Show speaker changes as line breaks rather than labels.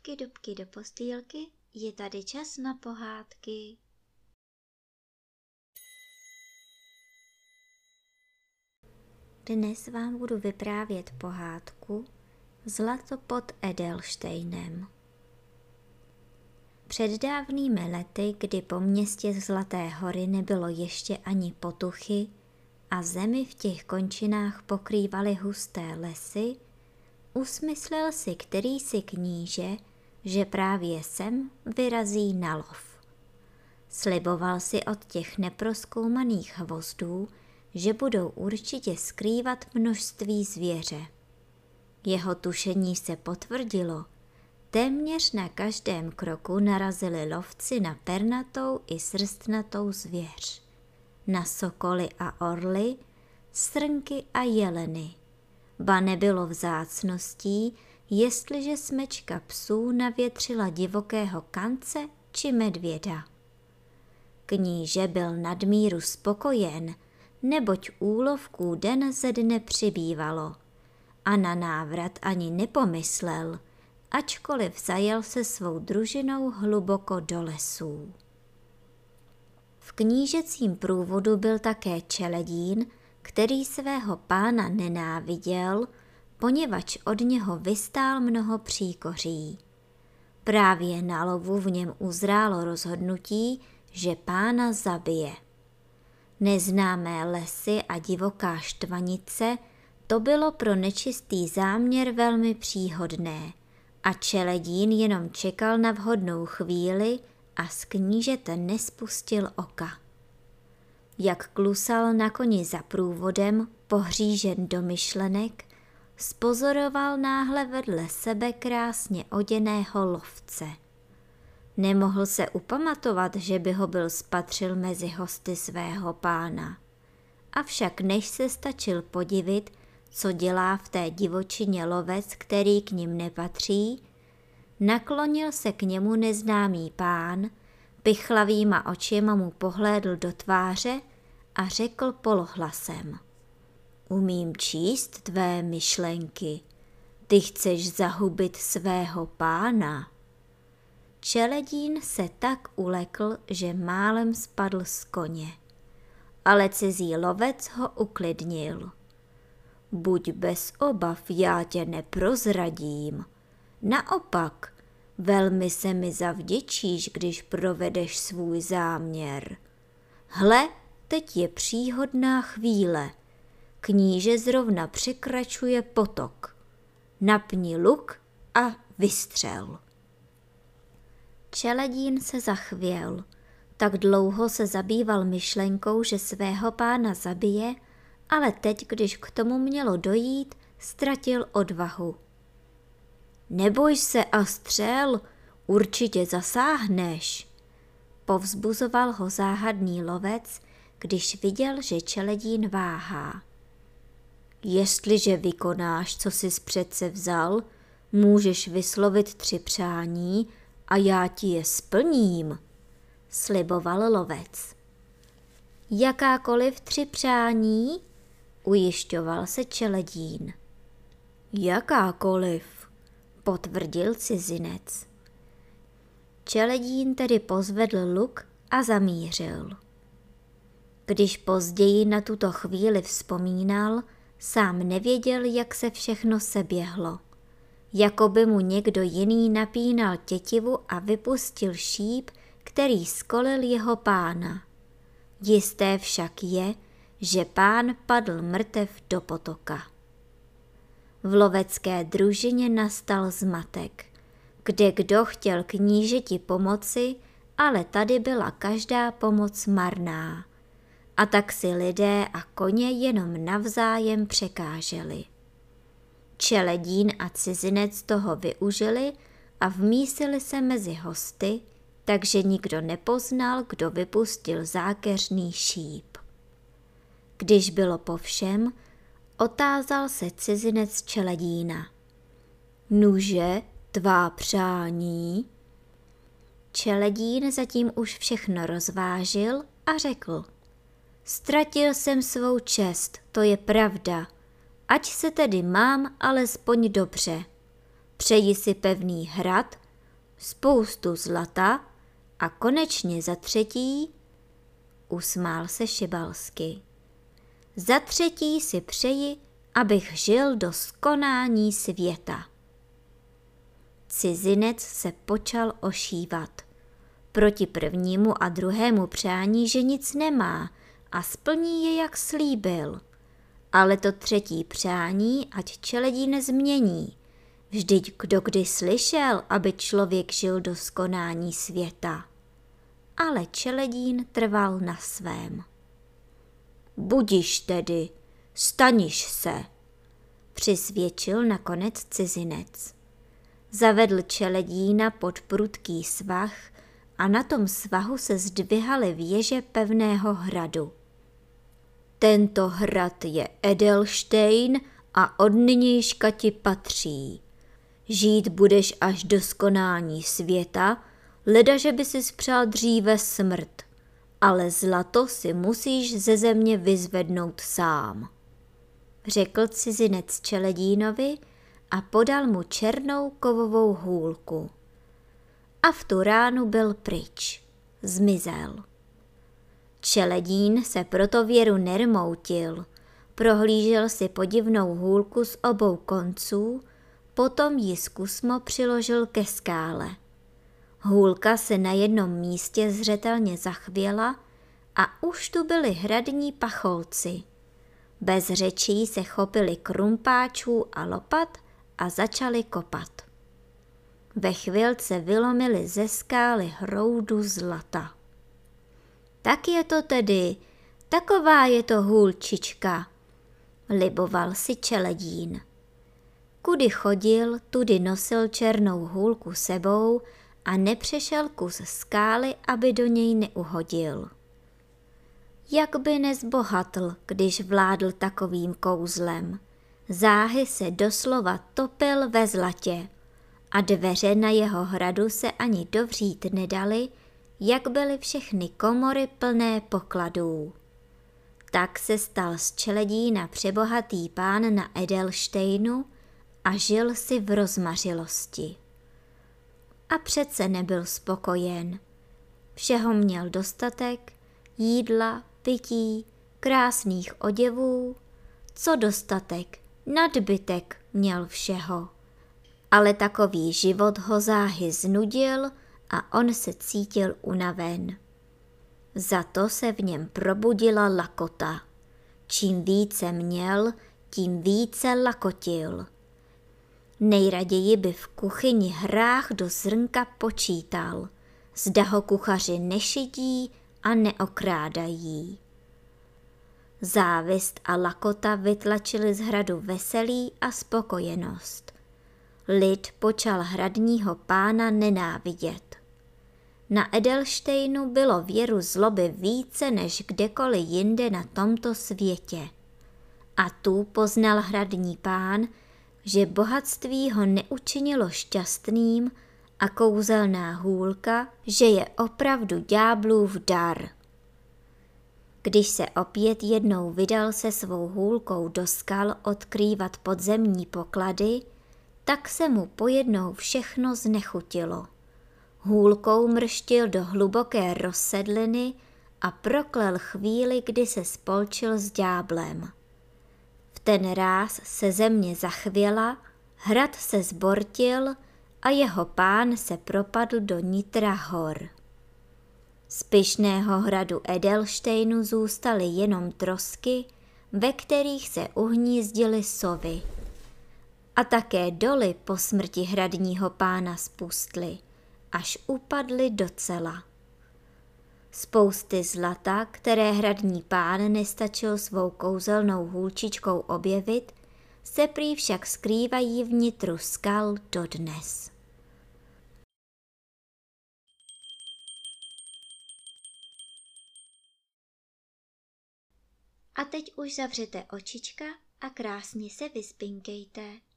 Dubky, dubky do postýlky, je tady čas na pohádky. Dnes vám budu vyprávět pohádku Zlato pod Edelštejnem. Před dávnými lety, kdy po městě Zlaté hory nebylo ještě ani potuchy a zemi v těch končinách pokrývaly husté lesy, usmyslel si kterýsi kníže, že právě sem vyrazí na lov. Sliboval si od těch neprozkoumaných hvozdů, že budou určitě skrývat množství zvěře. Jeho tušení se potvrdilo. Téměř na každém kroku narazili lovci na pernatou i srstnatou zvěř. Na sokoly a orly, srnky a jeleny. Ba nebylo vzácností, jestliže smečka psů navětřila divokého kance či medvěda. Kníže byl nadmíru spokojen, neboť úlovků den ze dne přibývalo a na návrat ani nepomyslel, ačkoliv zajel se svou družinou hluboko do lesů. V knížecím průvodu byl také čeledín, který svého pána nenáviděl, poněvadž od něho vystál mnoho příkoří. Právě na lovu v něm uzrálo rozhodnutí, že pána zabije. Neznámé lesy a divoká štvanice, to bylo pro nečistý záměr velmi příhodné a čeledín jenom čekal na vhodnou chvíli a z knížete nespustil oka. Jak klusal na koni za průvodem, pohřížen do myšlenek, spozoroval náhle vedle sebe krásně oděného lovce. Nemohl se upamatovat, že by ho byl spatřil mezi hosty svého pána. Avšak než se stačil podivit, co dělá v té divočině lovec, který k nim nepatří, naklonil se k němu neznámý pán, pichlavýma očima mu pohlédl do tváře a řekl polohlasem: Umím číst tvé myšlenky, ty chceš zahubit svého pána. Čeledín se tak ulekl, že málem spadl z koně, ale cizí lovec ho uklidnil. Buď bez obav, já tě neprozradím. Naopak, velmi se mi zavděčíš, když provedeš svůj záměr. Hle, teď je příhodná chvíle. Kníže zrovna překračuje potok. Napni luk a vystřel. Čeledín se zachvěl. Tak dlouho se zabýval myšlenkou, že svého pána zabije, ale teď, když k tomu mělo dojít, ztratil odvahu. Neboj se a střel, určitě zasáhneš, povzbuzoval ho záhadný lovec, když viděl, že čeledín váhá. Jestliže vykonáš, co jsi přece vzal, můžeš vyslovit 3 přání a já ti je splním, sliboval lovec. Jakákoliv 3 přání? Ujišťoval se čeledín. Jakákoliv, potvrdil cizinec. Čeledín tedy pozvedl luk a zamířil. Když později na tuto chvíli vzpomínal, sám nevěděl, jak se všechno seběhlo. Jako by mu někdo jiný napínal tětivu a vypustil šíp, který skolil jeho pána. Jisté však je, že pán padl mrtev do potoka. V lovecké družině nastal zmatek, kde kdo chtěl knížeti pomoci, ale tady byla každá pomoc marná. A tak si lidé a koně jenom navzájem překáželi. Čeledín a cizinec toho využili a vmísili se mezi hosty, takže nikdo nepoznal, kdo vypustil zákeřný šíp. Když bylo po všem, otázal se cizinec čeledína. Nuže, tvá přání? Čeledín zatím už všechno rozvážil a řekl. Ztratil jsem svou čest, to je pravda, ať se tedy mám alespoň dobře. Přeji si pevný hrad spoustu zlata a konečně za třetí, usmál se Šibalsky. Za třetí si přeji, abych žil do skonání světa. Cizinec se počal ošívat. Proti prvnímu a druhému přání, že nic nemá a splní je, jak slíbil. Ale to třetí přání, ať Čeledín změní. Vždyť kdo kdy slyšel, aby člověk žil do skonání světa. Ale Čeledín trval na svém. Budiš tedy, staniš se, přisvědčil nakonec cizinec. Zavedl Čeledína pod prudký svah a na tom svahu se zdvihaly věže pevného hradu. Tento hrad je Edelštejn a od nynějška ti patří. Žít budeš až do skonání světa, ledaže by si spřál dříve smrt, ale zlato si musíš ze země vyzvednout sám, řekl cizinec Čeledínovi a podal mu černou kovovou hůlku. A v tu ránu byl pryč, zmizel. Čeledín se proto věru nermoutil, prohlížel si podivnou hůlku z obou konců, potom ji zkusmo přiložil ke skále. Hůlka se na jednom místě zřetelně zachvěla a už tu byli hradní pacholci. Bez řečí se chopili krumpáčů a lopat a začali kopat. Ve chvilce vylomili ze skály hroudu zlata. Tak je to tedy, taková je to hůlčička, liboval si Čeledín. Kudy chodil, tudy nosil černou hůlku sebou a nepřešel kus skály, aby do něj neuhodil. Jak by nezbohatl, když vládl takovým kouzlem. Záhy se doslova topil ve zlatě a dveře na jeho hradu se ani dovřít nedaly, jak byly všechny komory plné pokladů. Tak se stal z Čeledína přebohatý pán na Edelštejnu a žil si v rozmařilosti. A přece nebyl spokojen. Všeho měl dostatek, jídla, pití, krásných oděvů, co dostatek, nadbytek měl všeho. Ale takový život ho záhy znudil a on se cítil unaven. Za to se v něm probudila lakota. Čím více měl, tím více lakotil. Nejraději by v kuchyni hrách do zrnka počítal, zda ho kuchaři nešidí a neokrádají. Závist a lakota vytlačili z hradu veselí a spokojenost. Lid počal hradního pána nenávidět. Na Edelštejnu bylo věru zloby více než kdekoliv jinde na tomto světě. A tu poznal hradní pán, že bohatství ho neučinilo šťastným a kouzelná hůlka, že je opravdu ďáblův dar. Když se opět jednou vydal se svou hůlkou do skal odkrývat podzemní poklady, tak se mu pojednou všechno znechutilo. Hůlkou mrštil do hluboké rozsedliny a proklel chvíli, kdy se spolčil s ďáblem. V ten ráz se země zachvěla, hrad se zbortil a jeho pán se propadl do nitra hor. Z pyšného hradu Edelštejnu zůstaly jenom trosky, ve kterých se uhnízdily sovy. A také doly po smrti hradního pána spustly, až upadly docela. Spousty zlata, které hradní pán nestačil svou kouzelnou hůlčičkou objevit, se prý však skrývají v nitru skal dodnes. A teď už zavřete očička a krásně se vyspinkejte.